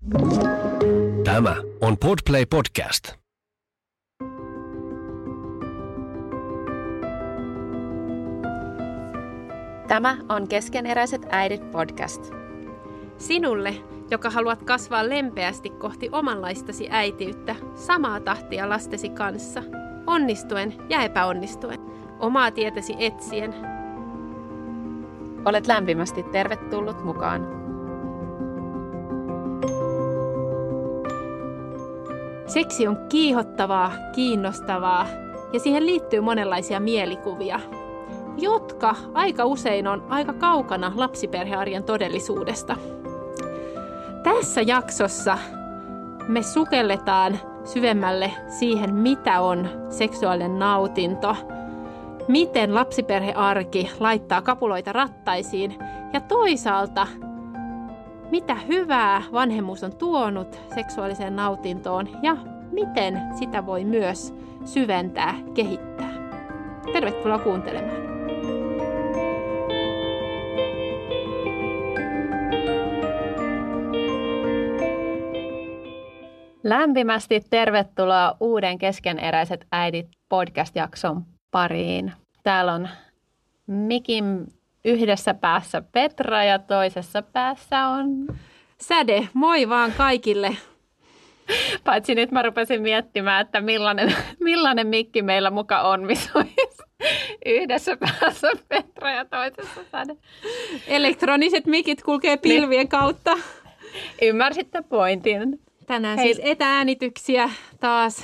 Tämä on Podplay Podcast. Tämä on Keskeneräiset äidit podcast. Sinulle, joka haluat kasvaa lempeästi kohti omanlaistasi äitiyttä, samaa tahtia lastesi kanssa, onnistuen ja epäonnistuen, omaa tietäsi etsien. Olet lämpimästi tervetullut mukaan. Seksi on kiihottavaa, kiinnostavaa ja siihen liittyy monenlaisia mielikuvia, jotka aika usein on aika kaukana lapsiperhearjen todellisuudesta. Tässä jaksossa me sukelletaan syvemmälle siihen, mitä on seksuaalinen nautinto, miten lapsiperhearki laittaa kapuloita rattaisiin ja toisaalta mitä hyvää vanhemmuus on tuonut seksuaaliseen nautintoon ja miten sitä voi myös syventää, kehittää. Tervetuloa kuuntelemaan. Lämpimästi tervetuloa uuden Keskeneräiset äidit podcast-jakson pariin. Täällä on mikin yhdessä päässä Petra ja toisessa päässä on Säde. Moi vaan kaikille. Paitsi nyt mä rupesin miettimään, että millainen mikki meillä muka on, missä olisi yhdessä päässä Petra ja toisessa Säde. Elektroniset mikit kulkee pilvien kautta. Ymmärsitte pointin. Tänään siis etäänityksiä taas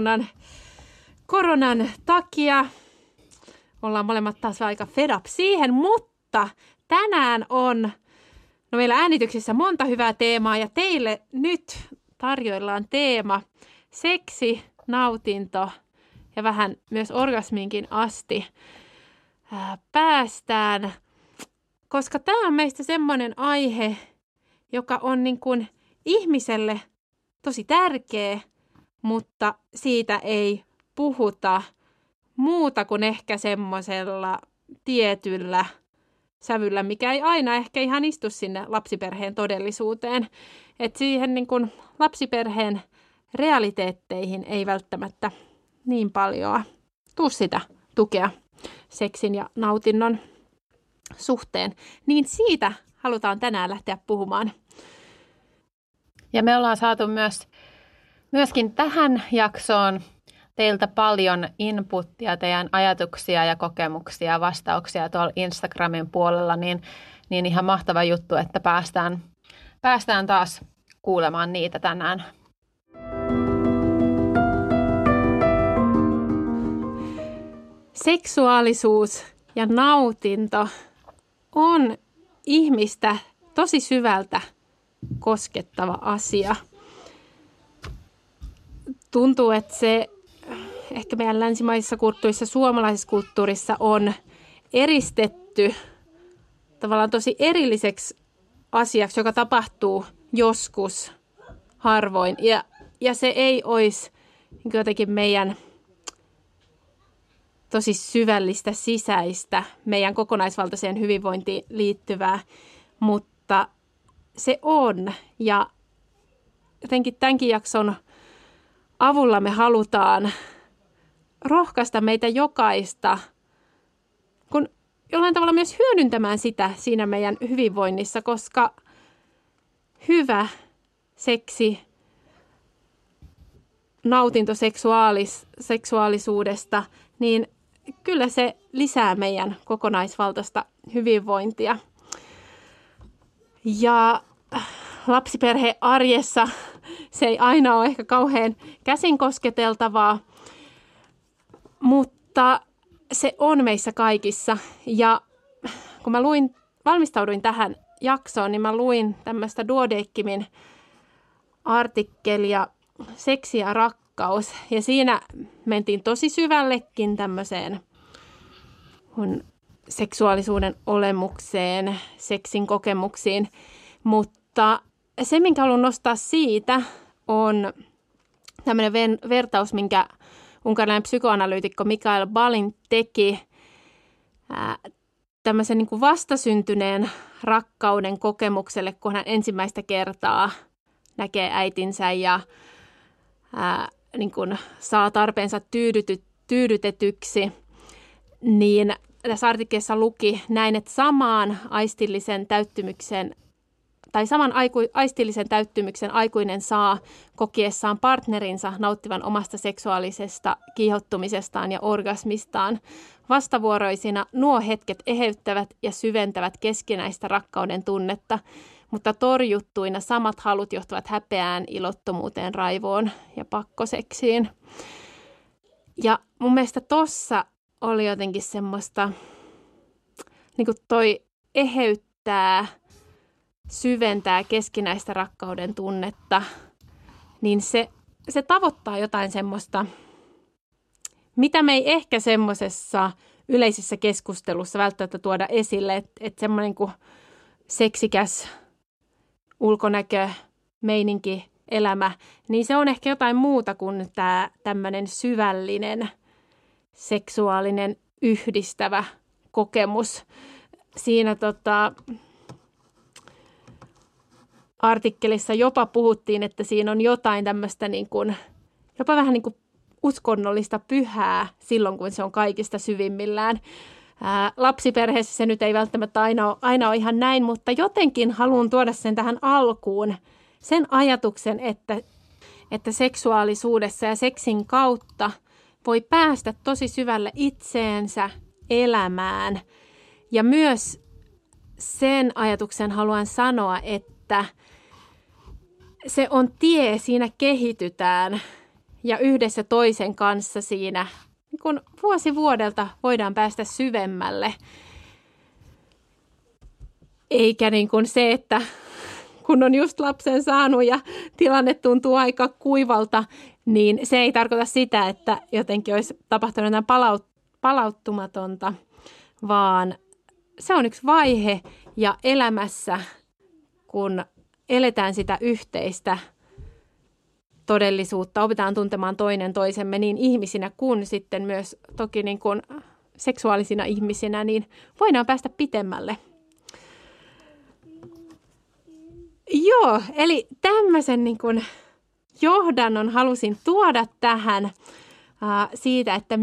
koronan takia. Ollaan molemmat taas aika fed up siihen, mutta tänään on meillä äänityksissä monta hyvää teemaa ja teille nyt tarjoillaan teema seksi, nautinto ja vähän myös orgasmiinkin asti päästään, koska tämä on meistä semmoinen aihe, joka on niin kuin ihmiselle tosi tärkeä, mutta siitä ei puhuta muuta kuin ehkä semmoisella tietyllä sävyllä, mikä ei aina ehkä ihan istu sinne lapsiperheen todellisuuteen. Että siihen niin kuin lapsiperheen realiteetteihin ei välttämättä niin paljon tule sitä tukea seksin ja nautinnon suhteen. Niin siitä halutaan tänään lähteä puhumaan. Ja me ollaan saatu myöskin tähän jaksoon teiltä paljon inputtia, teidän ajatuksia ja kokemuksia ja vastauksia tuolla Instagramin puolella, niin ihan mahtava juttu, että päästään taas kuulemaan niitä tänään. Seksuaalisuus ja nautinto on ihmistä tosi syvältä koskettava asia. Tuntuu, että se ehkä meidän länsimaisessa kulttuurissa, suomalaisessa kulttuurissa on eristetty tavallaan tosi erilliseksi asiaksi, joka tapahtuu joskus harvoin. Ja se ei olisi jotenkin meidän tosi syvällistä sisäistä, meidän kokonaisvaltaiseen hyvinvointiin liittyvää, mutta se on. Ja jotenkin tämänkin jakson avulla me halutaan rohkaista meitä jokaista, kun jollain tavalla myös hyödyntämään sitä siinä meidän hyvinvoinnissa, koska hyvä seksi, nautinto seksuaalisuudesta, niin kyllä se lisää meidän kokonaisvaltaista hyvinvointia. Ja lapsiperhearjessa se ei aina ole ehkä kauhean käsin kosketeltavaa, mutta se on meissä kaikissa. Ja kun mä valmistauduin tähän jaksoon, niin mä luin tämmöistä Duodecimin artikkelia Seksi ja rakkaus. Ja siinä mentiin tosi syvällekin tämmöiseen seksuaalisuuden olemukseen, seksin kokemuksiin. Mutta se, minkä haluan nostaa siitä, on tämmöinen vertaus, minkä unkarilainen psykoanalyytikko Mikael Balint teki tämmöisen niin kuin vastasyntyneen rakkauden kokemukselle, kun hän ensimmäistä kertaa näkee äitinsä ja niin kuin saa tarpeensa tyydytetyksi, niin tässä artikkelissa luki näin, että saman aistillisen täyttymyksen aikuinen saa kokiessaan partnerinsa nauttivan omasta seksuaalisesta kiihottumisestaan ja orgasmistaan. Vastavuoroisina nuo hetket eheyttävät ja syventävät keskinäistä rakkauden tunnetta, mutta torjuttuina samat halut johtavat häpeään, ilottomuuteen, raivoon ja pakkoseksiin. Ja mun mielestä tossa oli jotenkin semmoista, niin kuin toi eheyttää, syventää keskinäistä rakkauden tunnetta, niin se tavoittaa jotain semmoista, mitä me ei ehkä semmoisessa yleisessä keskustelussa välttämättä tuoda esille, että semmoinen kuin seksikäs ulkonäkö, meininki, elämä, niin se on ehkä jotain muuta kuin tämä tämmöinen syvällinen, seksuaalinen, yhdistävä kokemus. Siinä artikkelissa jopa puhuttiin, että siinä on jotain tämmöistä niin kuin, jopa vähän niin kuin uskonnollista pyhää silloin, kun se on kaikista syvimmillään. Lapsiperheessä se nyt ei välttämättä aina ole ihan näin, mutta jotenkin haluan tuoda sen tähän alkuun, sen ajatuksen, että seksuaalisuudessa ja seksin kautta voi päästä tosi syvälle itseensä, elämään. Ja myös sen ajatuksen haluan sanoa, että se on tie, siinä kehitytään ja yhdessä toisen kanssa siinä niin kun vuosi vuodelta voidaan päästä syvemmälle. Eikä niin kuin se, että kun on just lapsen saanut ja tilanne tuntuu aika kuivalta, niin se ei tarkoita sitä, että jotenkin olisi tapahtunut jotain palauttumatonta, vaan se on yksi vaihe ja elämässä, kun eletään sitä yhteistä todellisuutta, opitaan tuntemaan toinen toisemme niin ihmisinä kuin sitten myös toki niin kuin seksuaalisina ihmisinä, niin voidaan päästä pitemmälle. Joo, eli tämmöisen niin kuin johdannon halusin tuoda tähän siitä, että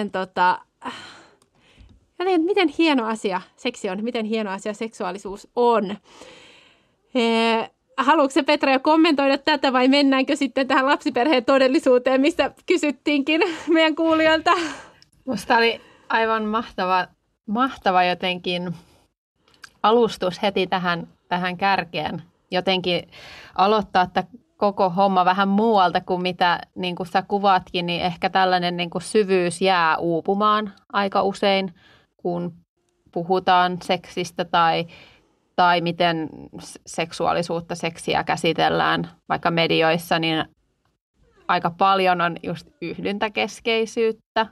miten hieno asia seksi on, miten hieno asia seksuaalisuus on. Haluatko Petra jo kommentoida tätä vai mennäänkö sitten tähän lapsiperheen todellisuuteen, mistä kysyttiinkin meidän kuulijoilta? Musta oli aivan mahtava jotenkin alustus heti tähän kärkeen. Jotenkin aloittaa että koko homma vähän muualta kuin mitä niin kuin sä kuvaatkin, niin ehkä tällainen niin kuin syvyys jää uupumaan aika usein, kun puhutaan seksistä tai miten seksuaalisuutta, seksiä käsitellään vaikka medioissa, niin aika paljon on just yhdyntäkeskeisyyttä.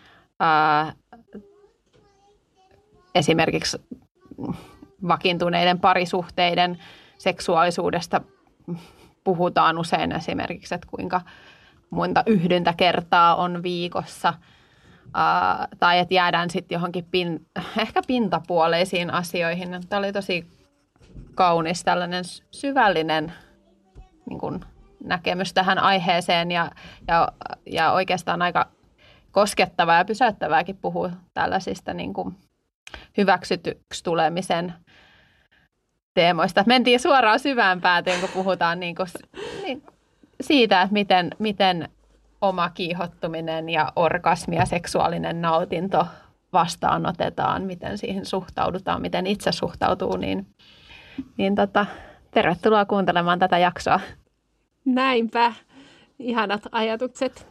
Esimerkiksi vakiintuneiden parisuhteiden seksuaalisuudesta puhutaan usein esimerkiksi, että kuinka monta yhdyntäkertaa on viikossa. Tai että jäädään sitten johonkin ehkä pintapuoleisiin asioihin. Tämä oli tosi kaunis tällainen syvällinen niin kuin näkemys tähän aiheeseen ja oikeastaan aika koskettavaa ja pysäyttävääkin puhua tällaisista niin kuin hyväksytyksi tulemisen teemoista. Mentiin suoraan syvään päätyyn, kun puhutaan niin kuin siitä, että miten oma kiihottuminen ja orgasmi ja seksuaalinen nautinto vastaanotetaan, miten siihen suhtaudutaan, miten itse suhtautuu, niin tervetuloa kuuntelemaan tätä jaksoa. Näinpä, ihanat ajatukset.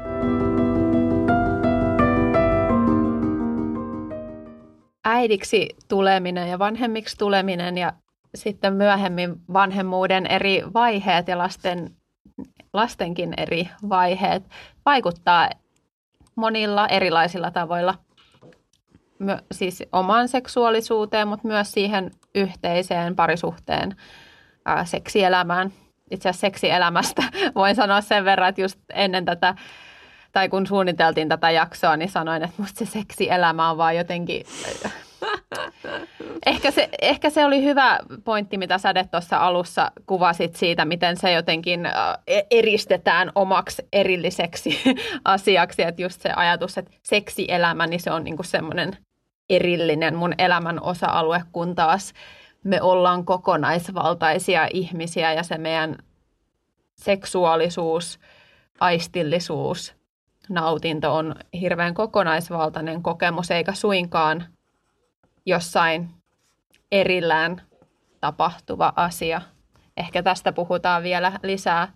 Äidiksi tuleminen ja vanhemmiksi tuleminen ja sitten myöhemmin vanhemmuuden eri vaiheet ja lastenkin eri vaiheet vaikuttaa monilla erilaisilla tavoilla. Siis omaan seksuaalisuuteen, mutta myös siihen yhteiseen parisuhteen seksielämään. Itse asiassa seksielämästä voin sanoa sen verran, että just ennen tätä, tai kun suunniteltiin tätä jaksoa, niin sanoin, että musta se seksielämä on vaan jotenkin Ehkä se oli hyvä pointti, mitä Säde tuossa alussa kuvasit siitä, miten se jotenkin eristetään omaksi erilliseksi asiaksi. Että just se ajatus, että seksielämä, niin se on niinku semmoinen erillinen mun elämän osa-alue, kun taas me ollaan kokonaisvaltaisia ihmisiä ja se meidän seksuaalisuus, aistillisuus, nautinto on hirveän kokonaisvaltainen kokemus, eikä suinkaan jossain erillään tapahtuva asia. Ehkä tästä puhutaan vielä lisää.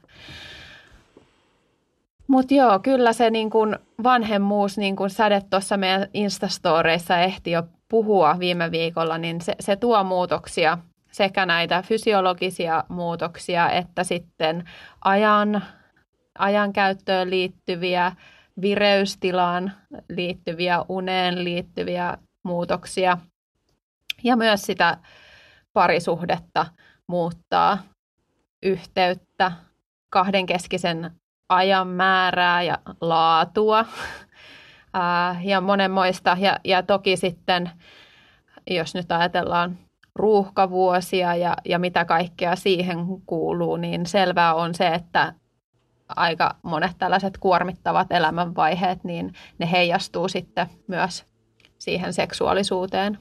Mutta joo, kyllä se niin kun vanhemmuus, niin kuin Säde tuossa meidän Instastoreissa ehti jo puhua viime viikolla, niin se tuo muutoksia, sekä näitä fysiologisia muutoksia, että sitten ajankäyttöön liittyviä, vireystilaan liittyviä, uneen liittyviä muutoksia. Ja myös sitä parisuhdetta muuttaa, yhteyttä, kahdenkeskisen ajan määrää ja laatua ja monenmoista. Ja toki sitten, jos nyt ajatellaan ruuhkavuosia ja mitä kaikkea siihen kuuluu, niin selvää on se, että aika monet tällaiset kuormittavat elämänvaiheet, niin ne heijastuu sitten myös siihen seksuaalisuuteen.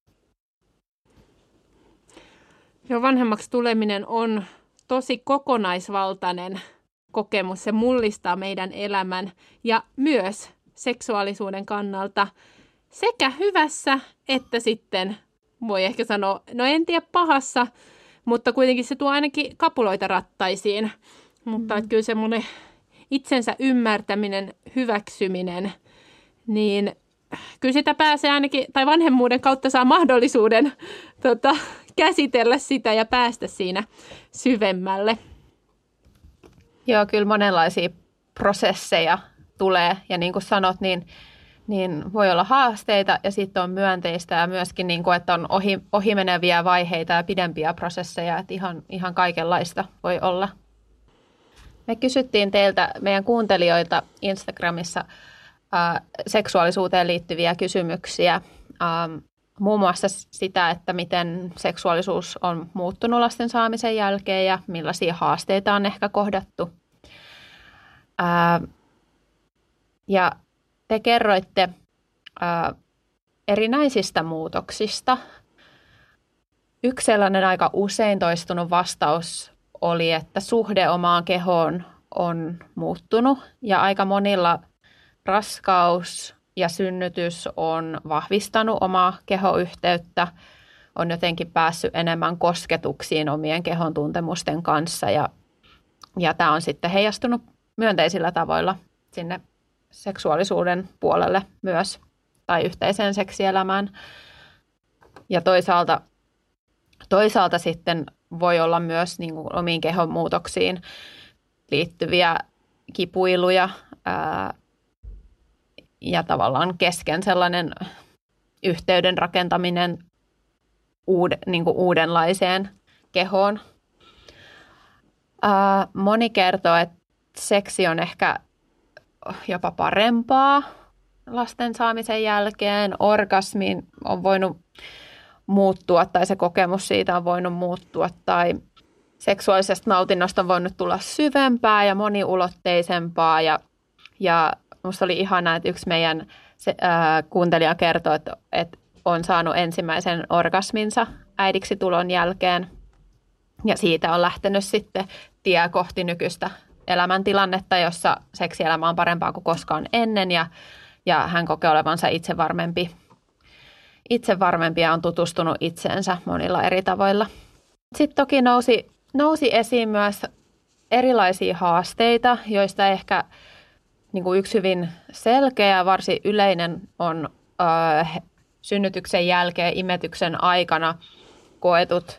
Jo vanhemmaksi tuleminen on tosi kokonaisvaltainen kokemus. Se mullistaa meidän elämän ja myös seksuaalisuuden kannalta sekä hyvässä että sitten, voi ehkä sanoa, no en tiedä pahassa, mutta kuitenkin se tuo ainakin kapuloita rattaisiin. Mutta että kyllä semmoinen itsensä ymmärtäminen, hyväksyminen, niin kyllä sitä pääsee ainakin, tai vanhemmuuden kautta saa mahdollisuuden käsitellä sitä ja päästä siinä syvemmälle. Joo, kyllä monenlaisia prosesseja tulee ja niin kuin sanot, niin voi olla haasteita ja sitten on myönteistä ja myöskin, niin kuin, että on ohimeneviä vaiheita ja pidempiä prosesseja, että ihan kaikenlaista voi olla. Me kysyttiin teiltä, meidän kuuntelijoilta Instagramissa seksuaalisuuteen liittyviä kysymyksiä. Muun muassa sitä, että miten seksuaalisuus on muuttunut lasten saamisen jälkeen ja millaisia haasteita on ehkä kohdattu. Ja te kerroitte erinäisistä muutoksista. Yksi sellainen aika usein toistunut vastaus oli, että suhde omaan kehoon on muuttunut ja aika monilla raskaus ja synnytys on vahvistanut omaa kehoyhteyttä, on jotenkin päässyt enemmän kosketuksiin omien kehon tuntemusten kanssa ja tämä on sitten heijastunut myönteisillä tavoilla sinne seksuaalisuuden puolelle myös tai yhteiseen seksielämään. Ja toisaalta sitten voi olla myös niin kuin omiin kehon muutoksiin liittyviä kipuiluja ja tavallaan kesken sellainen yhteyden rakentaminen niin kuin uudenlaiseen kehoon. Moni kertoo, että seksi on ehkä jopa parempaa lasten saamisen jälkeen. Orgasmi on voinut muuttua tai se kokemus siitä on voinut muuttua tai seksuaalisesta nautinnosta on voinut tulla syvempää ja moniulotteisempaa ja musta oli ihanaa, että yksi meidän kuuntelija kertoi, että on saanut ensimmäisen orgasminsa äidiksi tulon jälkeen ja siitä on lähtenyt sitten tie kohti nykyistä elämäntilannetta, jossa seksielämä on parempaa kuin koskaan ennen ja hän kokee olevansa itsevarmempi ja on tutustunut itseensä monilla eri tavoilla. Sitten toki nousi esiin myös erilaisia haasteita, joista ehkä niin kuin yksi hyvin selkeä ja varsin yleinen on synnytyksen jälkeen imetyksen aikana koetut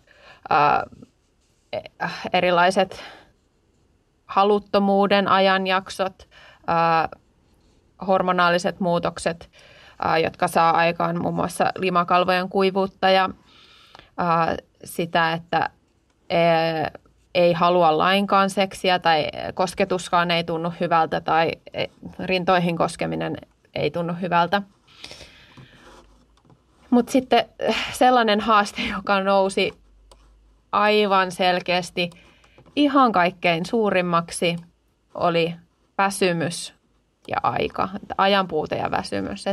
erilaiset haluttomuuden ajanjaksot, hormonaaliset muutokset, jotka saa aikaan muun muassa limakalvojen kuivuutta ja sitä, että ei halua lainkaan seksiä tai kosketuskaan ei tunnu hyvältä tai rintoihin koskeminen ei tunnu hyvältä. Mutta sitten sellainen haaste, joka nousi aivan selkeästi ihan kaikkein suurimmaksi, oli väsymys ja aika, ajanpuute ja väsymys.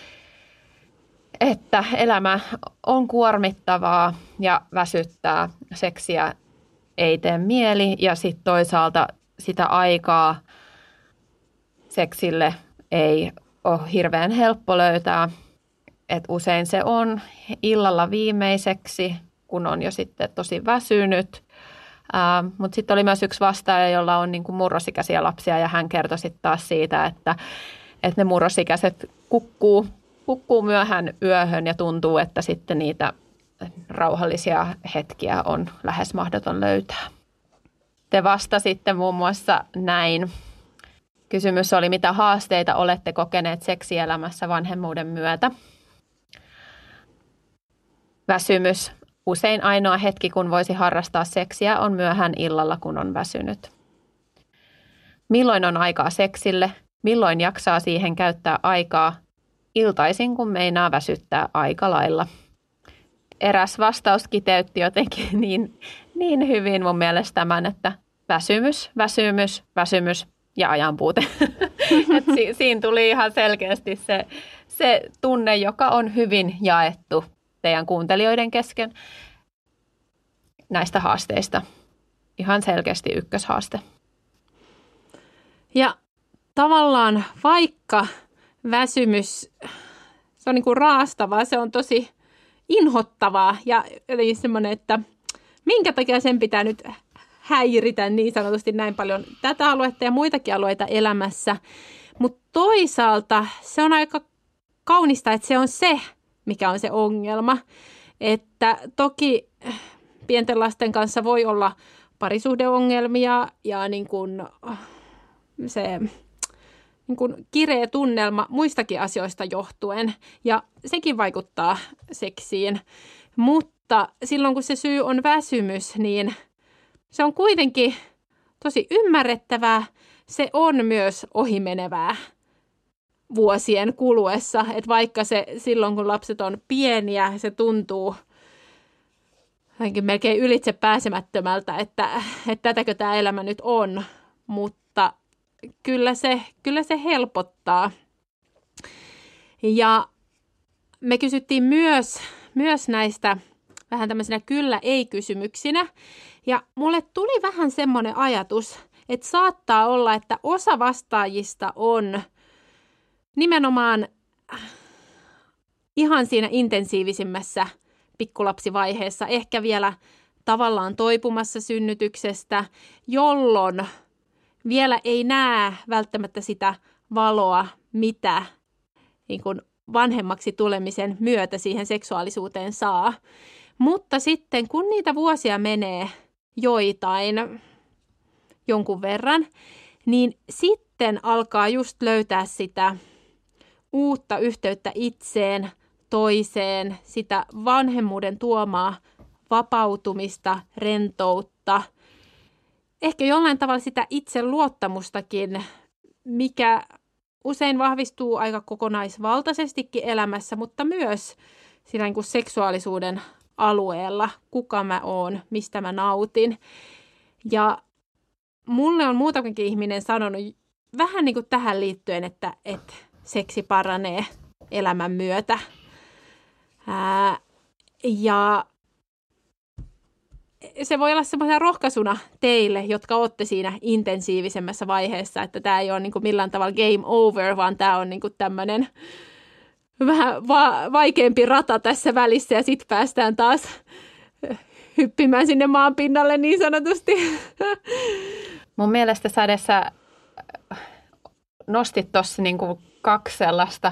Että elämä on kuormittavaa ja väsyttää, seksiä ei tee mieli ja sitten toisaalta sitä aikaa seksille ei ole hirveän helppo löytää. Et usein se on illalla viimeiseksi, kun on jo sitten tosi väsynyt. Mutta sitten oli myös yksi vastaaja, jolla on niinku murrosikäisiä lapsia ja hän kertoi sitten taas siitä, että ne murrosikäiset kukkuu myöhään yöhön ja tuntuu, että sitten niitä rauhallisia hetkiä on lähes mahdoton löytää. Te vastasitte muun muassa näin. Kysymys oli, mitä haasteita olette kokeneet seksielämässä vanhemmuuden myötä? Väsymys. Usein ainoa hetki, kun voisi harrastaa seksiä, on myöhään illalla, kun on väsynyt. Milloin on aikaa seksille? Milloin jaksaa siihen käyttää aikaa? Iltaisin, kun meinaa väsyttää aika lailla. Eräs vastaus kiteytti jotenkin niin hyvin mun mielestä tämän, että väsymys ja ajanpuute. Siinä tuli ihan selkeästi se tunne, joka on hyvin jaettu teidän kuuntelijoiden kesken näistä haasteista. Ihan selkeästi ykköshaaste. Ja tavallaan vaikka väsymys, se on niin kuin raastavaa, se on tosi inhottavaa ja jotenkin semmoinen, että minkä takia sen pitää nyt häiritä niin sanotusti näin paljon tätä aluetta ja muitakin alueita elämässä. Mutta toisaalta se on aika kaunista, että se on se, mikä on se ongelma. Että toki pienten lasten kanssa voi olla parisuhdeongelmia ja niin kun se niin kun kireä tunnelma muistakin asioista johtuen. Ja sekin vaikuttaa seksiin. Mutta silloin kun se syy on väsymys, niin se on kuitenkin tosi ymmärrettävää. Se on myös ohimenevää vuosien kuluessa. Että vaikka se silloin, kun lapset on pieniä, se tuntuu melkein ylitse pääsemättömältä, että tätäkö tämä elämä nyt on. Mutta kyllä se helpottaa. Ja me kysyttiin myös näistä vähän tämmöisenä kyllä-ei-kysymyksinä. Ja mulle tuli vähän semmoinen ajatus, että saattaa olla, että osa vastaajista on nimenomaan ihan siinä intensiivisimmässä pikkulapsivaiheessa, ehkä vielä tavallaan toipumassa synnytyksestä, jolloin vielä ei näe välttämättä sitä valoa, mitä niin kuin vanhemmaksi tulemisen myötä siihen seksuaalisuuteen saa. Mutta sitten kun niitä vuosia menee jonkun verran, niin sitten alkaa just löytää sitä uutta yhteyttä itseen, toiseen, sitä vanhemmuuden tuomaa vapautumista, rentoutta, ehkä jollain tavalla sitä itseluottamustakin, mikä usein vahvistuu aika kokonaisvaltaisestikin elämässä, mutta myös siinä niin kuin seksuaalisuuden alueella, kuka mä oon, mistä mä nautin. Ja mulle on muutakin ihminen sanonut vähän niin kuin tähän liittyen, että seksi paranee elämän myötä. Ja se voi olla semmoisena rohkaisuna teille, jotka olette siinä intensiivisemmässä vaiheessa, että tämä ei ole niin kuin millään tavalla game over, vaan tämä on niin kuin tämmöinen vähän vaikeampi rata tässä välissä ja sitten päästään taas hyppimään sinne maan pinnalle niin sanotusti. Mun mielestä Sädessä nostit tuossa niin kuin 2 sellaista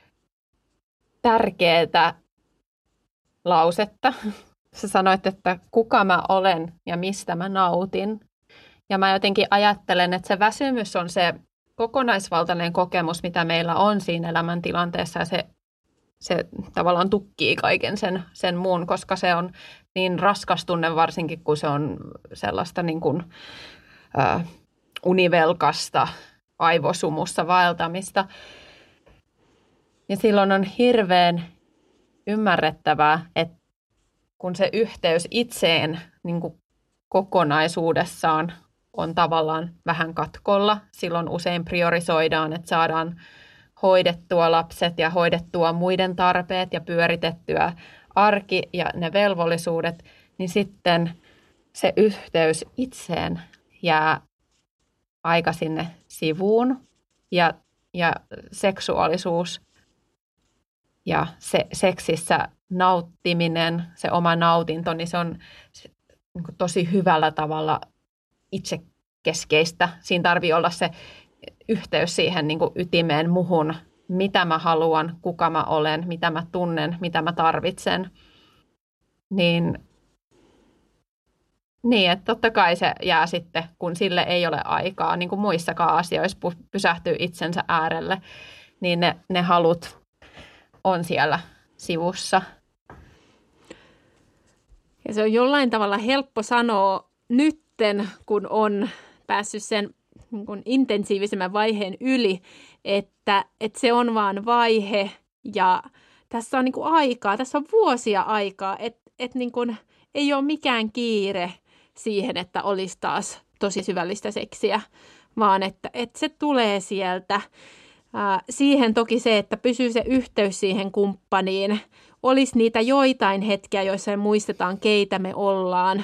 tärkeää lausetta. Sä sanoit, että kuka mä olen ja mistä mä nautin. Ja mä jotenkin ajattelen, että se väsymys on se kokonaisvaltainen kokemus, mitä meillä on siinä elämäntilanteessa. Ja se tavallaan tukkii kaiken sen muun, koska se on niin raskas tunne, varsinkin kun se on sellaista niin kuin, univelkasta aivosumussa vaeltamista. Ja silloin on hirveän ymmärrettävää, että kun se yhteys itseen niin kuin kokonaisuudessaan on tavallaan vähän katkolla, silloin usein priorisoidaan, että saadaan hoidettua lapset ja hoidettua muiden tarpeet ja pyöritettyä arki ja ne velvollisuudet, niin sitten se yhteys itseen jää aika sinne sivuun ja seksuaalisuus ja se seksissä nauttiminen, se oma nautinto, niin se on niin kuin tosi hyvällä tavalla itsekeskeistä. Siinä tarvii olla se yhteys siihen niin kuin ytimeen muhun, mitä mä haluan, kuka mä olen, mitä mä tunnen, mitä mä tarvitsen. Niin, että totta kai se jää sitten, kun sille ei ole aikaa, niin kuin muissakaan asioissa pysähtyy itsensä äärelle, niin ne halut on siellä sivussa. Ja se on jollain tavalla helppo sanoa nytten, kun on päässyt sen niin kuin intensiivisemmän vaiheen yli, että se on vaan vaihe ja tässä on niin kuin aikaa, tässä on vuosia aikaa, että niin kuin ei ole mikään kiire siihen, että olisi taas tosi syvällistä seksiä, vaan että se tulee sieltä. Siihen toki se, että pysyy se yhteys siihen kumppaniin, olisi niitä joitain hetkiä, joissa me muistetaan, keitä me ollaan.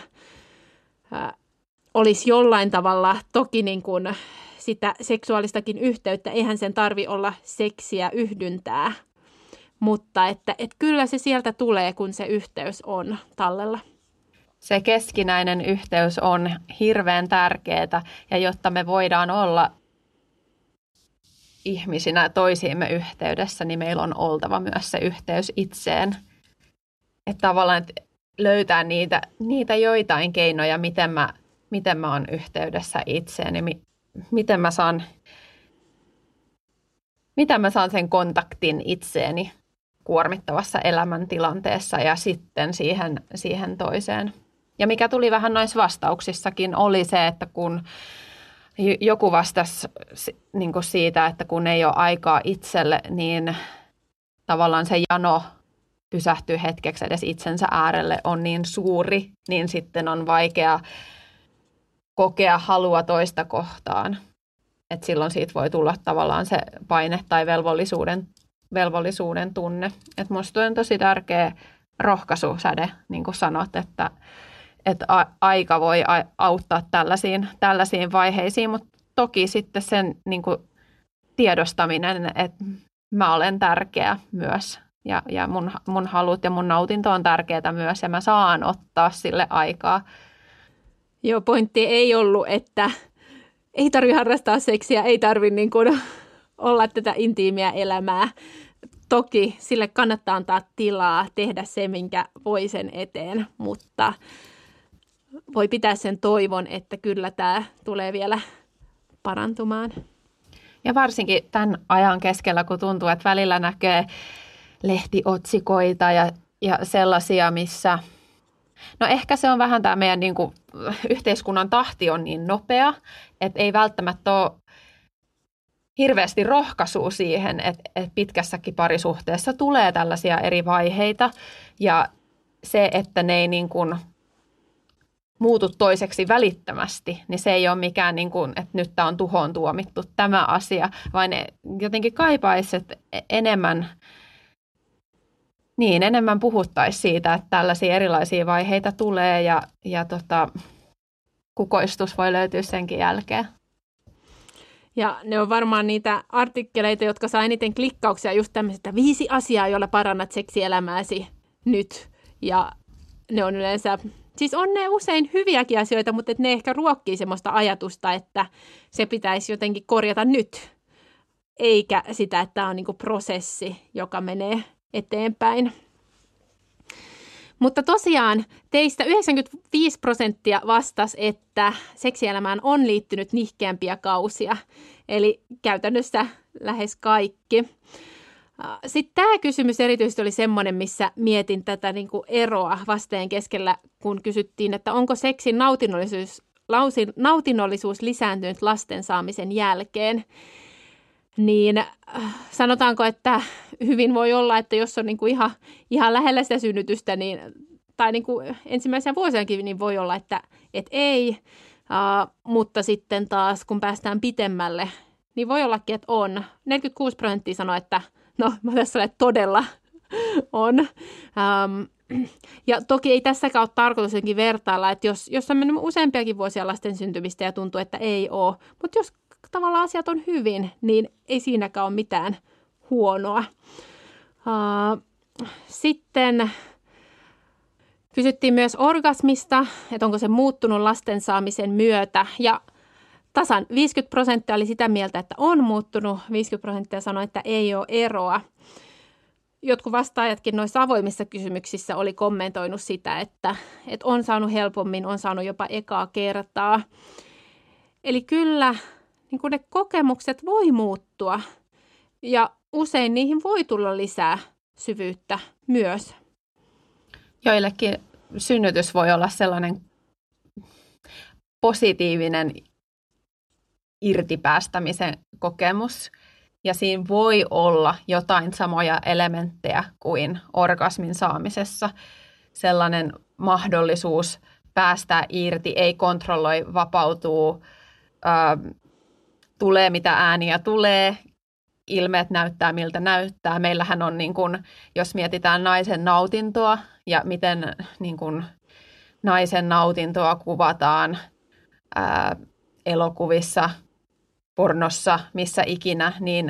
Olisi jollain tavalla toki niin kuin sitä seksuaalistakin yhteyttä, eihän sen tarvi olla seksiä yhdyntää, mutta että kyllä se sieltä tulee, kun se yhteys on tallella. Se keskinäinen yhteys on hirveän tärkeää ja jotta me voidaan olla ihmisinä toisiimme yhteydessä, niin meillä on oltava myös se yhteys itseen. Että tavallaan että löytää niitä joitain keinoja, miten mä oon yhteydessä itseeni, miten mä saan sen kontaktin itseeni kuormittavassa elämäntilanteessa ja sitten siihen toiseen. Ja mikä tuli vähän noissa vastauksissakin oli se, että kun joku vastasi niin kuin siitä, että kun ei ole aikaa itselle, niin tavallaan se jano pysähtyy hetkeksi edes itsensä äärelle on niin suuri, niin sitten on vaikea kokea halua toista kohtaan. Et silloin siitä voi tulla tavallaan se paine tai velvollisuuden tunne. Et musta on tosi tärkeä rohkaisusäde, niin kuin sanot, että aika voi auttaa tällaisiin vaiheisiin, mutta toki sitten sen niin kuin tiedostaminen, että mä olen tärkeä myös ja mun halut ja mun nautinto on tärkeää myös ja mä saan ottaa sille aikaa. Joo, pointti ei ollut, että ei tarvitse harrastaa seksiä, ei tarvitse niin kuin olla tätä intiimiä elämää. Toki sille kannattaa antaa tilaa, tehdä se, minkä voi sen eteen, mutta voi pitää sen toivon, että kyllä tämä tulee vielä parantumaan. Ja varsinkin tämän ajan keskellä, kun tuntuu, että välillä näkee lehtiotsikoita ja sellaisia, missä no ehkä se on vähän tämä meidän niin kuin, yhteiskunnan tahti on niin nopea, että ei välttämättä ole hirveästi rohkaisua siihen, että pitkässäkin parisuhteessa tulee tällaisia eri vaiheita ja se, että ne ei niin kuin muutu toiseksi välittömästi, niin se ei ole mikään, niin kuin, että nyt tämä on tuhoon tuomittu tämä asia, vaan ne jotenkin kaipaisi, että enemmän puhuttaisiin siitä, että tällaisia erilaisia vaiheita tulee ja kukoistus voi löytyä senkin jälkeen. Ja ne on varmaan niitä artikkeleita, jotka saa eniten klikkauksia, just tämmöiset 5 asiaa, joilla parannat seksielämääsi nyt. Ja ne on yleensä, siis on ne usein hyviäkin asioita, mutta ne ehkä ruokkii semmoista ajatusta, että se pitäisi jotenkin korjata nyt. Eikä sitä, että tämä on niinku prosessi, joka menee eteenpäin. Mutta tosiaan teistä 95% vastasi, että seksielämään on liittynyt nihkeämpiä kausia, eli käytännössä lähes kaikki. Sitten tämä kysymys erityisesti oli semmoinen, missä mietin tätä niin kuin eroa vasteen keskellä, kun kysyttiin, että onko seksin nautinnollisuus lisääntynyt lasten saamisen jälkeen. niin sanotaanko, että hyvin voi olla, että jos on niin kuin ihan lähellä sitä synnytystä, niin, tai niin kuin ensimmäisenä vuosiakin, niin voi olla, että ei, mutta sitten taas kun päästään pitemmälle, niin voi ollakin, että on. 46% sanoo, että no mä tässä olen todella on. Ja toki ei tässäkään ole tarkoitus jotenkin vertailla, että jos on mennyt useampiakin vuosia lasten syntymistä ja tuntuu, että ei ole, mutta jos tavallaan asiat on hyvin, niin ei siinäkään ole mitään huonoa. Sitten kysyttiin myös orgasmista, että onko se muuttunut lasten saamisen myötä, ja tasan 50% oli sitä mieltä, että on muuttunut, 50% sanoi, että ei ole eroa. Jotkut vastaajatkin noissa avoimissa kysymyksissä oli kommentoinut sitä, että on saanut helpommin, on saanut jopa ekaa kertaa. Eli kyllä niin kuin ne kokemukset voi muuttua ja usein niihin voi tulla lisää syvyyttä myös. Joillekin synnytys voi olla sellainen positiivinen irtipäästämisen kokemus. Ja siinä voi olla jotain samoja elementtejä kuin orgasmin saamisessa. Sellainen mahdollisuus päästää irti, ei kontrolloi, vapautuu, tulee mitä ääniä tulee, ilmeet näyttää miltä näyttää. Meillähän on, niin kun, jos mietitään naisen nautintoa ja miten niin kun, naisen nautintoa kuvataan elokuvissa, pornossa, missä ikinä, niin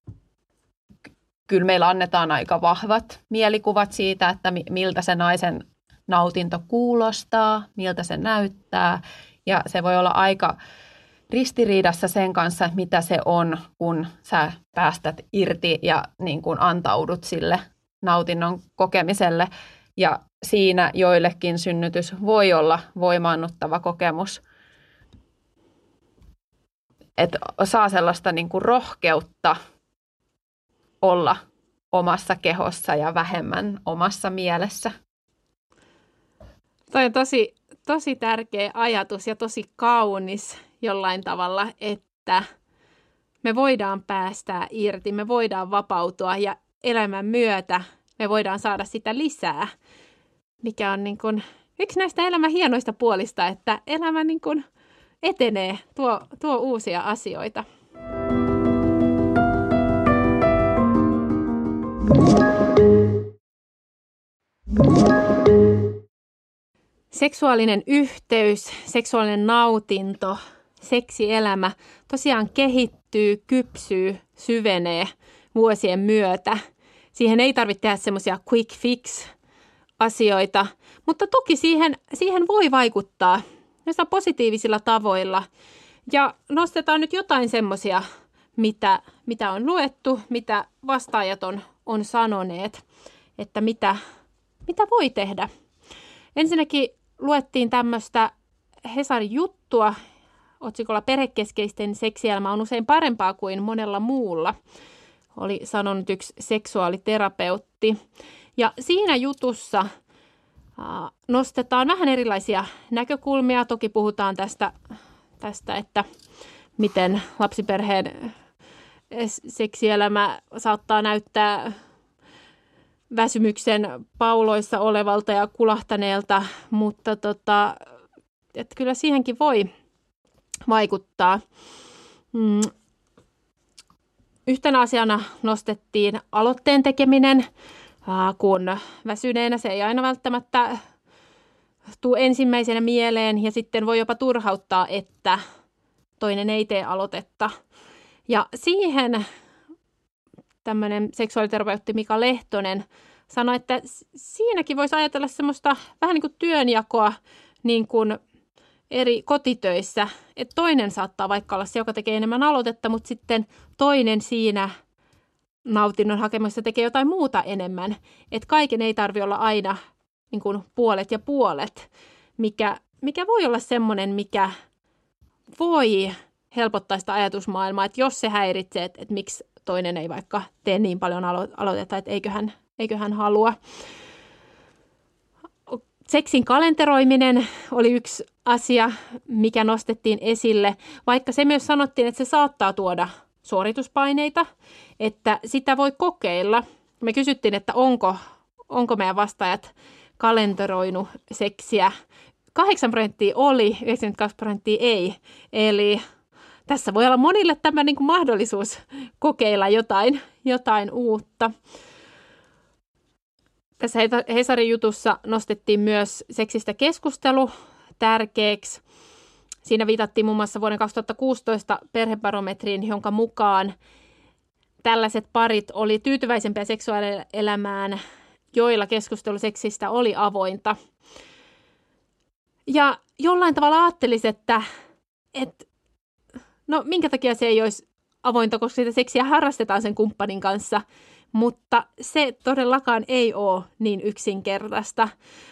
kyllä meillä annetaan aika vahvat mielikuvat siitä, että miltä se naisen nautinto kuulostaa, miltä se näyttää. Ja se voi olla aika ristiriidassa sen kanssa, mitä se on, kun sä päästät irti ja niin kuin antaudut sille nautinnon kokemiselle. Ja siinä joillekin synnytys voi olla voimaannuttava kokemus. Että saa sellaista niin kuin rohkeutta olla omassa kehossa ja vähemmän omassa mielessä. Toi on tosi tärkeä ajatus ja tosi kaunis jollain tavalla, että me voidaan päästää irti, me voidaan vapautua ja elämän myötä me voidaan saada sitä lisää, mikä on niin kuin yksi näistä elämän hienoista puolista, että elämä niin kuin etenee, tuo uusia asioita. Seksuaalinen yhteys, seksuaalinen nautinto, seksielämä tosiaan kehittyy, kypsyy, syvenee vuosien myötä. Siihen ei tarvitse tehdä semmoisia quick fix asioita, mutta toki siihen voi vaikuttaa näissä positiivisilla tavoilla. Ja nostetaan nyt jotain semmoisia, mitä on luettu, mitä vastaajat on sanoneet, että mitä voi tehdä. Ensinnäkin luettiin tämmöistä Hesarin juttua otsikolla Perhekeskeisten seksielämä on usein parempaa kuin monella muulla, oli sanonut yksi seksuaaliterapeutti. Ja siinä jutussa nostetaan vähän erilaisia näkökulmia. Toki puhutaan tästä, että miten lapsiperheen seksielämä saattaa näyttää väsymyksen pauloissa olevalta ja kulahtaneelta, mutta että kyllä siihenkin voi vaikuttaa. Yhtenä asiana nostettiin aloitteen tekeminen, kun väsyneenä se ei aina välttämättä tule ensimmäisenä mieleen ja sitten voi jopa turhauttaa, että toinen ei tee aloitetta. Ja siihen tämmöinen seksuaaliterapeutti Mika Lehtonen sanoi, että siinäkin voisi ajatella semmoista vähän niin kuin työnjakoa niin kuin eri kotitöissä, että toinen saattaa vaikka olla se, joka tekee enemmän aloitetta, mutta sitten toinen siinä nautinnon hakemuksessa tekee jotain muuta enemmän. Että kaiken ei tarvitse olla aina niin kuin puolet ja puolet, mikä voi olla semmoinen, mikä voi helpottaa sitä ajatusmaailmaa, että jos se häiritsee, että miksi toinen ei vaikka tee niin paljon aloitetta, että eikö hän halua. Seksin kalenteroiminen oli yksi asia, mikä nostettiin esille, vaikka se myös sanottiin, että se saattaa tuoda suorituspaineita, että sitä voi kokeilla. Me kysyttiin, että onko meidän vastaajat kalenteroinut seksiä. 8% oli, 92% ei. Eli tässä voi olla monille tämä niin kuin mahdollisuus kokeilla jotain uutta. Tässä Hesarin jutussa nostettiin myös seksistä keskustelu tärkeäksi. Siinä viitattiin muun muassa vuoden 2016 perhebarometriin, jonka mukaan tällaiset parit oli tyytyväisempiä seksuaalielämään, joilla keskustelu seksistä oli avointa. Ja jollain tavalla ajattelisi, että no minkä takia se ei olisi avointa, koska sitä seksiä harrastetaan sen kumppanin kanssa, mutta se todellakaan ei ole niin yksinkertaista.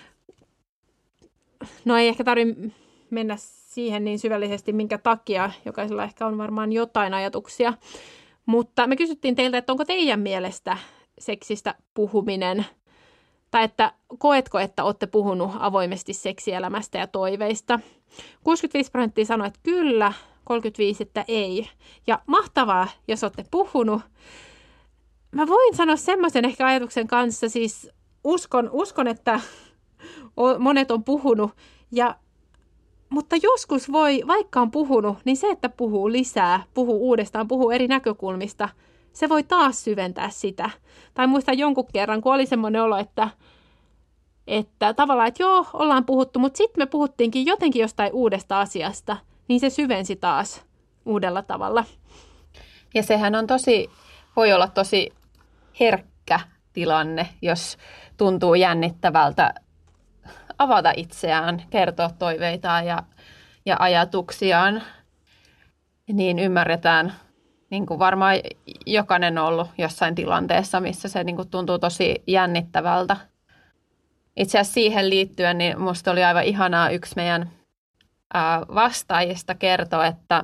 No ei ehkä tarvitse mennä siihen niin syvällisesti, minkä takia. Jokaisella ehkä on varmaan jotain ajatuksia. Mutta me kysyttiin teiltä, että onko teidän mielestä seksistä puhuminen, tai että koetko, että olette puhunut avoimesti seksielämästä ja toiveista. 65% sanoi, että kyllä, 35% että ei. Ja mahtavaa, jos olette puhunut. Mä voin sanoa semmoisen ehkä ajatuksen kanssa, siis uskon että monet on puhunut, mutta joskus voi, vaikka on puhunut, niin se, että puhuu lisää, puhuu uudestaan, puhuu eri näkökulmista, se voi taas syventää sitä. Tai muistan jonkun kerran, kun oli semmoinen olo, että tavallaan, että joo, ollaan puhuttu, mutta sitten me puhuttiinkin jotenkin jostain uudesta asiasta, niin se syvensi taas uudella tavalla. Ja sehän on voi olla tosi herkkä tilanne, jos tuntuu jännittävältä avata itseään, kertoa toiveitaan ja ajatuksiaan, niin ymmärretään, niin kuin varmaan jokainen on ollut jossain tilanteessa, missä se niin kuin tuntuu tosi jännittävältä. Itse asiassa siihen liittyen, niin musta oli aivan ihanaa yksi meidän vastaajista kertoi, että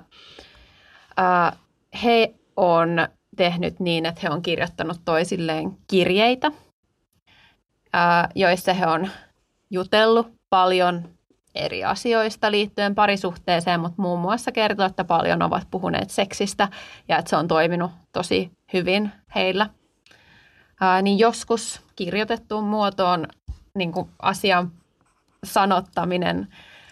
he on tehnyt niin, että he on kirjoittanut toisilleen kirjeitä, joissa he on jutellut paljon eri asioista liittyen parisuhteeseen, mutta muun muassa kertoo, että paljon ovat puhuneet seksistä ja että se on toiminut tosi hyvin heillä. Niin joskus kirjoitettuun muotoon niin kuin asian sanottaminen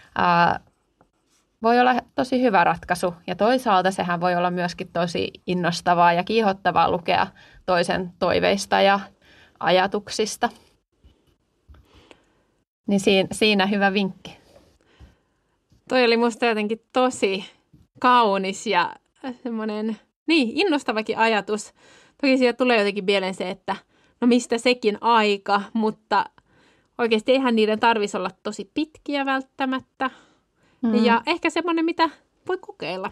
voi olla tosi hyvä ratkaisu. Ja toisaalta sehän voi olla myöskin tosi innostavaa ja kiihottavaa lukea toisen toiveista ja ajatuksista. Niin siinä hyvä vinkki. Toi oli musta jotenkin tosi kaunis ja semmoinen innostavakin ajatus. Toki siitä tulee jotenkin mieleen se, että no mistä sekin aika, mutta oikeasti eihän niiden tarvitsisi olla tosi pitkiä välttämättä. Ja ehkä semmoinen, mitä voi kokeilla.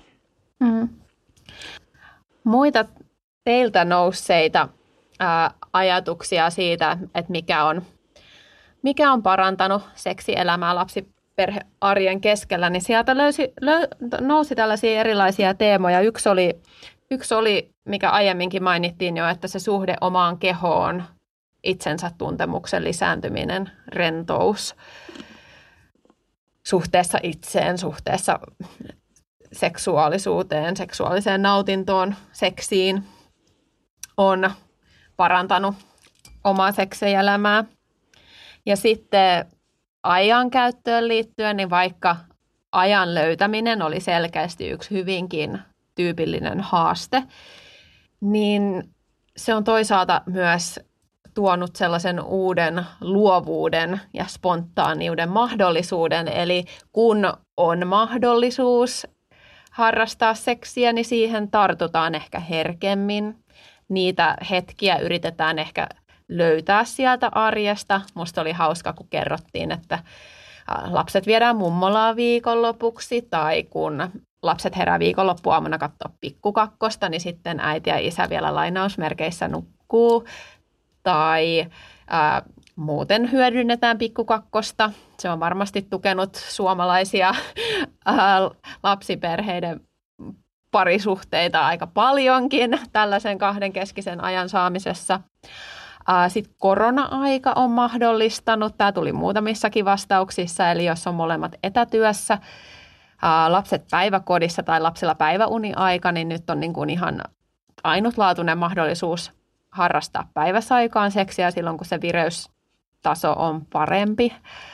Muita teiltä nousseita ajatuksia siitä, että mikä on parantanut seksielämää lapsiperhearjen keskellä, niin sieltä nousi tällaisia erilaisia teemoja. Yksi oli, mikä aiemminkin mainittiin jo, että se suhde omaan kehoon, itsensä tuntemuksen lisääntyminen, rentous, suhteessa itseen, suhteessa seksuaalisuuteen, seksuaaliseen nautintoon, seksiin, on parantanut omaa seksielämää. Ja sitten ajan käyttöön liittyen, niin vaikka ajan löytäminen oli selkeästi yksi hyvinkin tyypillinen haaste, niin se on toisaalta myös tuonut sellaisen uuden luovuuden ja spontaaniuden mahdollisuuden. Eli kun on mahdollisuus harrastaa seksiä, niin siihen tartutaan ehkä herkemmin. Niitä hetkiä yritetään ehkä löytää sieltä arjesta. Musta oli hauska, kun kerrottiin, että lapset viedään mummolaan viikonlopuksi, tai kun lapset herää viikonloppuaamuna katsoa Pikkukakkosta, niin sitten äiti ja isä vielä lainausmerkeissä nukkuu. Tai muuten hyödynnetään Pikkukakkosta. Se on varmasti tukenut suomalaisia lapsiperheiden parisuhteita aika paljonkin tällaisen kahdenkeskisen ajan saamisessa. Sitten korona-aika on mahdollistanut, tämä tuli muutamissakin vastauksissa, eli jos on molemmat etätyössä, lapset päiväkodissa tai lapsilla päiväuniaika, niin nyt on niin kuin ihan ainutlaatuinen mahdollisuus harrastaa päiväsaikaan seksiä silloin, kun se vireystaso on parempi.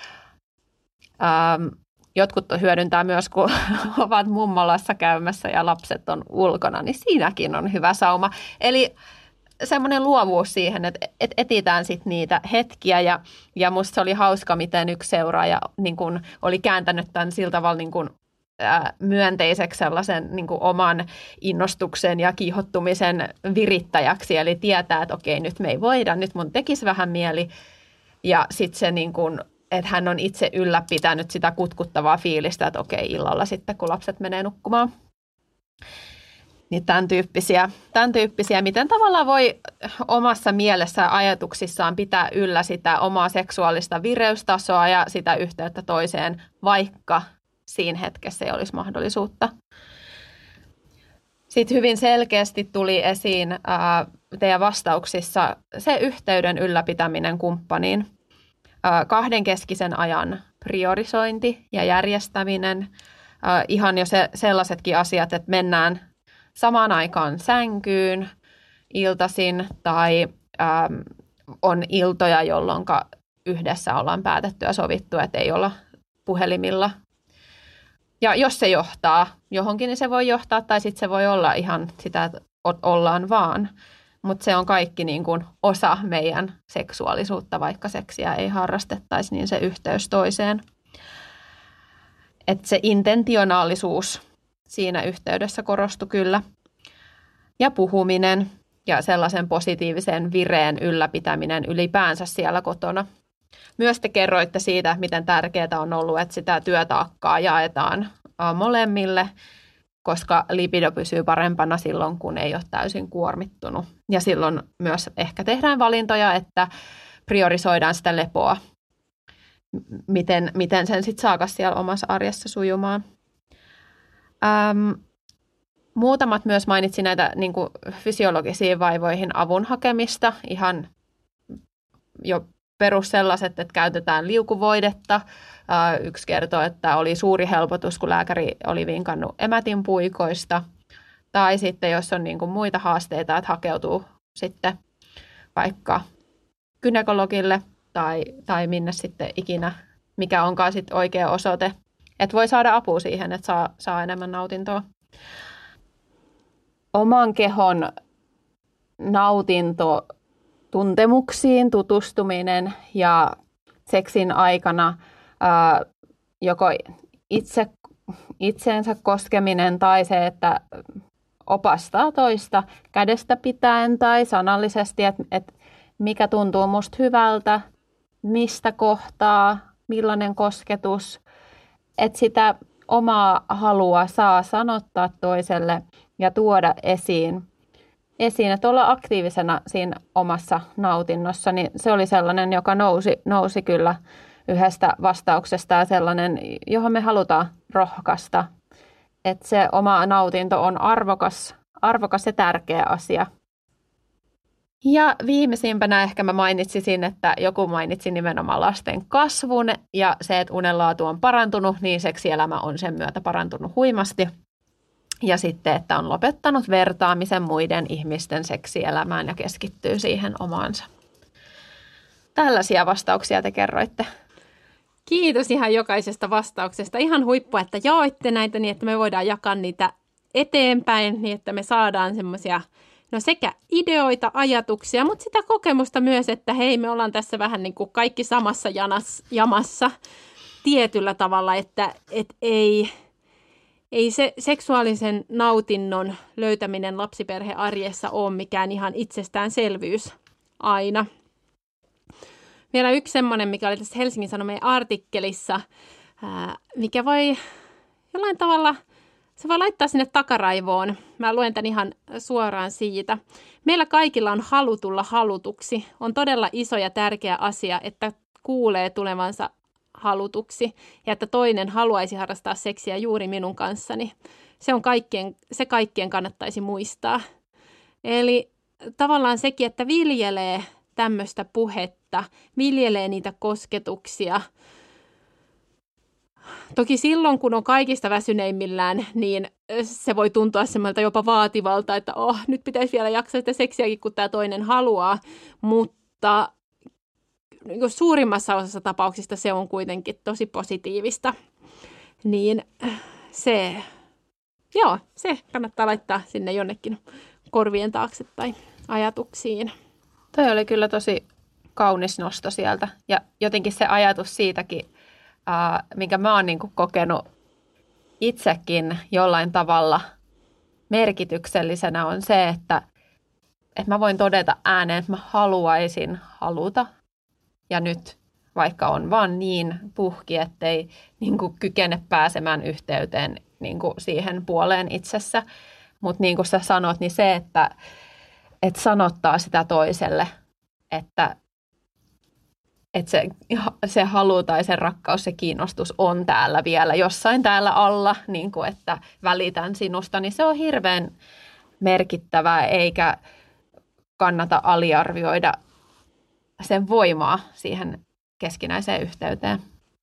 Jotkut hyödyntää myös, kun ovat mummolassa käymässä ja lapset on ulkona, niin siinäkin on hyvä sauma. Eli semmoinen luovuus siihen, että etsitään sitten niitä hetkiä ja musta se oli hauska, miten yksi seuraaja niin kun oli kääntänyt tämän sillä tavalla niin kun, myönteiseksi sellaisen niin kun oman innostuksen ja kiihottumisen virittäjäksi. Eli tietää, että okei, nyt me ei voida, nyt mun tekisi vähän mieli. Ja sitten se, niin kun, että hän on itse ylläpitänyt sitä kutkuttavaa fiilistä, että okei, illalla sitten, kun lapset menee nukkumaan. Niin tämän tyyppisiä, miten tavallaan voi omassa mielessä ja ajatuksissaan pitää yllä sitä omaa seksuaalista vireystasoa ja sitä yhteyttä toiseen, vaikka siinä hetkessä ei olisi mahdollisuutta. Sitten hyvin selkeästi tuli esiin teidän vastauksissa se yhteyden ylläpitäminen kumppaniin, kahdenkeskisen ajan priorisointi ja järjestäminen, ihan jo sellaisetkin asiat, että mennään samaan aikaan sänkyyn iltaisin tai on iltoja, jolloin yhdessä ollaan päätetty ja sovittu, että ei olla puhelimilla. Ja jos se johtaa johonkin, niin se voi johtaa tai sitten se voi olla ihan sitä, että ollaan vaan. Mutta se on kaikki niin kuin osa meidän seksuaalisuutta, vaikka seksiä ei harrastettaisi, niin se yhteys toiseen. Että se intentionaalisuus siinä yhteydessä korostui kyllä. Ja puhuminen ja sellaisen positiivisen vireen ylläpitäminen ylipäänsä siellä kotona. Myös te kerroitte siitä, miten tärkeää on ollut, että sitä työtaakkaa jaetaan molemmille, koska libido pysyy parempana silloin, kun ei ole täysin kuormittunut. Ja silloin myös ehkä tehdään valintoja, että priorisoidaan sitä lepoa, miten sen sitten saakas siellä omassa arjessa sujumaan. Muutamat myös mainitsi näitä niin kuin fysiologisiin vaivoihin avun hakemista, ihan jo perus sellaiset, että käytetään liukuvoidetta. Yksi kertoo, että oli suuri helpotus, kun lääkäri oli vinkannut emätinpuikoista. Tai sitten, jos on niin kuin muita haasteita, että hakeutuu sitten vaikka gynekologille tai minne sitten ikinä, mikä onkaan sitten oikea osoite. Että voi saada apua siihen, että saa enemmän nautintoa. Oman kehon nautinto, tuntemuksiin tutustuminen ja seksin aikana joko itseensä koskeminen tai se, että opastaa toista kädestä pitäen tai sanallisesti, että mikä tuntuu musta hyvältä, mistä kohtaa, millainen kosketus, että sitä omaa halua saa sanottaa toiselle ja tuoda esiin, että olla aktiivisena siinä omassa nautinnossa, niin se oli sellainen, joka nousi kyllä yhdestä vastauksesta ja sellainen, johon me halutaan rohkaista, että se oma nautinto on arvokas ja tärkeä asia. Ja viimeisimpänä ehkä mä mainitsisin, että joku mainitsi nimenomaan lasten kasvun ja se, että unenlaatu on parantunut, niin seksielämä on sen myötä parantunut huimasti. Ja sitten, että on lopettanut vertaamisen muiden ihmisten seksielämään ja keskittyy siihen omaansa. Tällaisia vastauksia te kerroitte. Kiitos ihan jokaisesta vastauksesta. Ihan huippua, että jaoitte näitä niin, että me voidaan jakaa niitä eteenpäin, niin että me saadaan semmoisia sekä ideoita, ajatuksia, mutta sitä kokemusta myös, että hei, me ollaan tässä vähän niin kuin kaikki samassa jamassa tietyllä tavalla, että ei se seksuaalisen nautinnon löytäminen lapsiperhearjessa ole mikään ihan itsestäänselvyys aina. Vielä yksi semmoinen, mikä oli tässä Helsingin Sanomien artikkelissa, mikä voi jollain tavalla, se voi laittaa sinne takaraivoon. Mä luen tämän ihan suoraan siitä. Meillä kaikilla on halu tulla halutuksi. On todella iso ja tärkeä asia, että kuulee tulevansa halutuksi ja että toinen haluaisi harrastaa seksiä juuri minun kanssani. Se kaikkien kannattaisi muistaa. Eli tavallaan sekin, että viljelee tämmöistä puhetta, viljelee niitä kosketuksia, Toki silloin, kun on kaikista väsyneimmillään, niin se voi tuntua semmoilta jopa vaativalta, että nyt pitäisi vielä jaksaa sitä seksiäkin, kun tämä toinen haluaa. Mutta suurimmassa osassa tapauksista se on kuitenkin tosi positiivista. Niin se kannattaa laittaa sinne jonnekin korvien taakse tai ajatuksiin. Toi oli kyllä tosi kaunis nosto sieltä. Ja jotenkin se ajatus siitäkin, minkä mä oon niinku kokenut itsekin jollain tavalla merkityksellisenä, on se, että mä voin todeta ääneen, että mä haluaisin haluta. Ja nyt vaikka on vaan niin puhki, ettei niinku kykene pääsemään yhteyteen niinku siihen puoleen itsessä. Mutta niin kuin sä sanot, niin se, että sanottaa sitä toiselle, että se halu tai se rakkaus, se kiinnostus on täällä vielä jossain täällä alla, niin kuin että välitän sinusta, niin se on hirveän merkittävää, eikä kannata aliarvioida sen voimaa siihen keskinäiseen yhteyteen.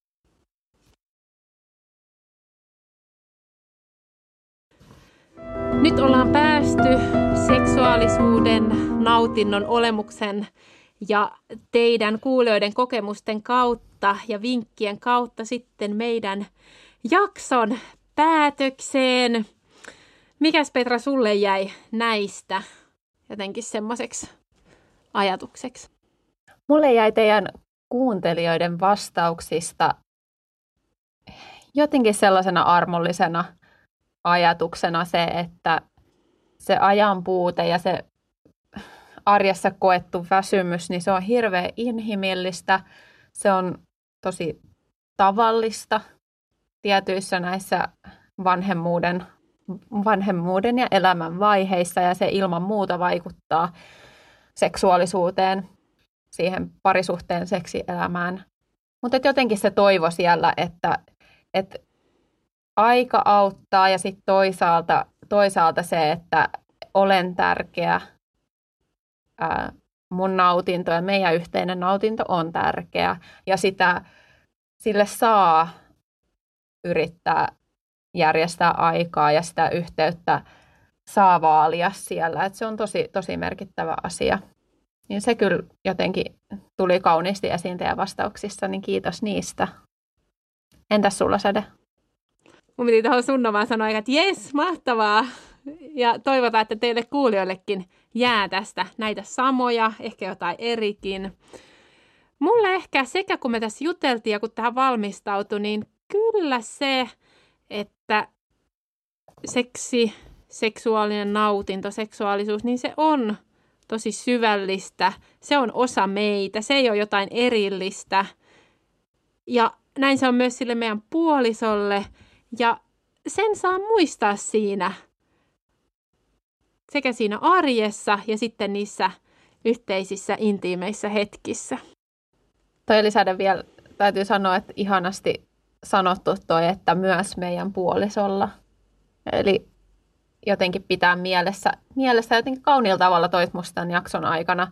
Nyt ollaan päästy seksuaalisuuden, nautinnon, olemuksen ja teidän kuulijoiden kokemusten kautta ja vinkkien kautta sitten meidän jakson päätökseen. Mikäs Petra sulle jäi näistä jotenkin semmoiseksi ajatukseksi? Mulle jäi teidän kuuntelijoiden vastauksista jotenkin sellaisena armollisena ajatuksena se, että se ajan puute ja se arjessa koettu väsymys, niin se on hirveän inhimillistä. Se on tosi tavallista tietyissä näissä vanhemmuuden ja elämän vaiheissa, ja se ilman muuta vaikuttaa seksuaalisuuteen, siihen parisuhteen seksielämään. Mutta jotenkin se toivo siellä, että aika auttaa, ja sitten toisaalta se, että olen tärkeä, mun nautinto ja meidän yhteinen nautinto on tärkeä, ja sille saa yrittää järjestää aikaa ja sitä yhteyttä saa vaalia siellä. Et se on tosi, tosi merkittävä asia. Niin se kyllä jotenkin tuli kauniisti esiin teidän vastauksissa, niin kiitos niistä. Entäs sulla, Sade? Mun piti tuohon Sunnovaan sanoa, että jes, mahtavaa. Ja toivotaan, että teille kuulijoillekin jää tästä näitä samoja, ehkä jotain erikin. Mulle ehkä sekä kun me tässä juteltiin ja kun tähän valmistautui, niin kyllä se, että seksuaalinen nautinto, seksuaalisuus, niin se on tosi syvällistä. Se on osa meitä, se ei ole jotain erillistä. Ja näin se on myös sille meidän puolisolle. Ja sen saa muistaa siinä, sekä siinä arjessa ja sitten niissä yhteisissä intiimeissä hetkissä. Toi lisätä vielä, täytyy sanoa, että ihanasti sanottu toi, että myös meidän puolisolla. Eli jotenkin pitää mielessä jotenkin kauniilla tavalla toit musta tämän jakson aikana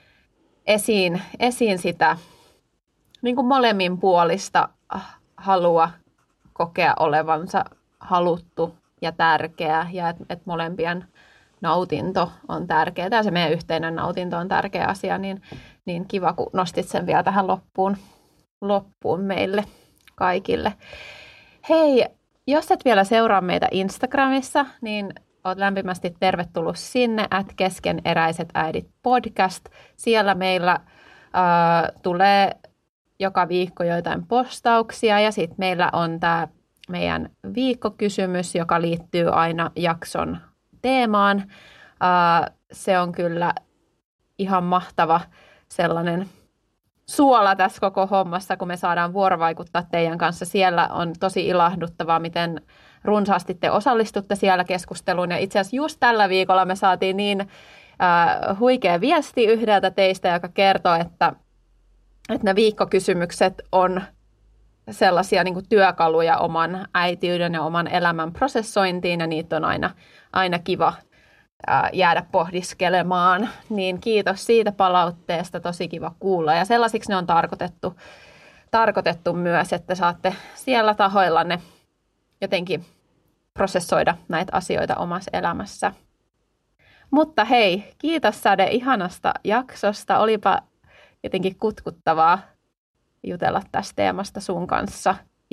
esiin sitä niin kuin molemmin puolista halua kokea olevansa haluttu ja tärkeä, ja että molempien nautinto on tärkeää. Ja se meidän yhteinen nautinto on tärkeä asia, niin kiva, kun nostit sen vielä tähän loppuun meille kaikille. Hei, jos et vielä seuraa meitä Instagramissa, niin olet lämpimästi tervetullut sinne @keskeneräiset-äidit podcast. Siellä meillä tulee joka viikko joitain postauksia, ja sitten meillä on tämä meidän viikkokysymys, joka liittyy aina jakson teemaan. Se on kyllä ihan mahtava sellainen suola tässä koko hommassa, kun me saadaan vuorovaikuttaa teidän kanssa. Siellä on tosi ilahduttavaa, miten runsaasti te osallistutte siellä keskusteluun. Ja itse asiassa just tällä viikolla me saatiin niin huikea viesti yhdeltä teistä, joka kertoo, että ne viikkokysymykset on sellaisia niin kuin työkaluja oman äitiyden ja oman elämän prosessointiin, ja niitä on aina kiva jäädä pohdiskelemaan. Niin kiitos siitä palautteesta, tosi kiva kuulla. Ja sellaisiksi ne on tarkoitettu myös, että saatte siellä tahoillanne jotenkin prosessoida näitä asioita omassa elämässä. Mutta hei, kiitos Säde ihanasta jaksosta. Olipa jotenkin kutkuttavaa jutella tästä teemasta sun kanssa.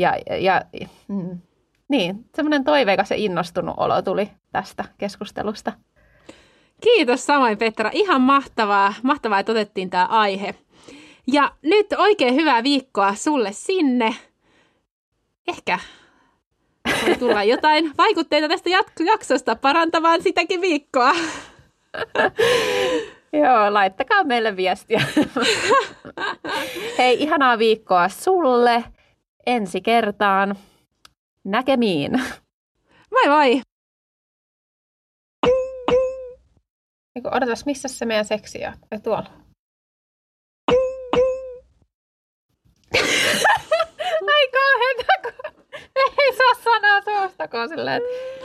Niin, semmoinen toiveikas ja innostunut olo tuli tästä keskustelusta. Kiitos samoin Petra. Ihan mahtavaa, että otettiin tämä aihe. Ja nyt oikein hyvää viikkoa sulle sinne. Ehkä voi tulla jotain vaikutteita tästä jaksosta parantamaan sitäkin viikkoa. Joo, laittakaa meille viestiä. Hei, ihanaa viikkoa sulle. Ensi kertaan. Näkemiin. Moi moi! Odotas, missä se meidän seksi on? Tuolla. Ai kauheeta, kun ei saa sanoa suustako silleen,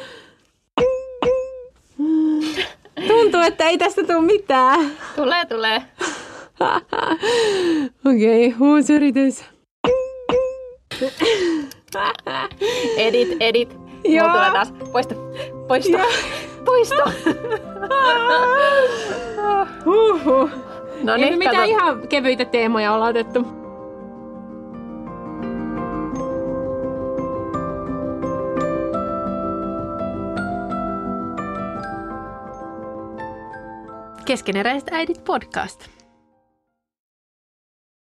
Tuntuu, että ei tästä tule mitään. Tulee. Okei, uusi yritys. Edit. Mulla tulee taas. Poisto. No niin, mitä ihan kevyitä teemoja ollaan otettu. Keskeneräiset äidit podcast.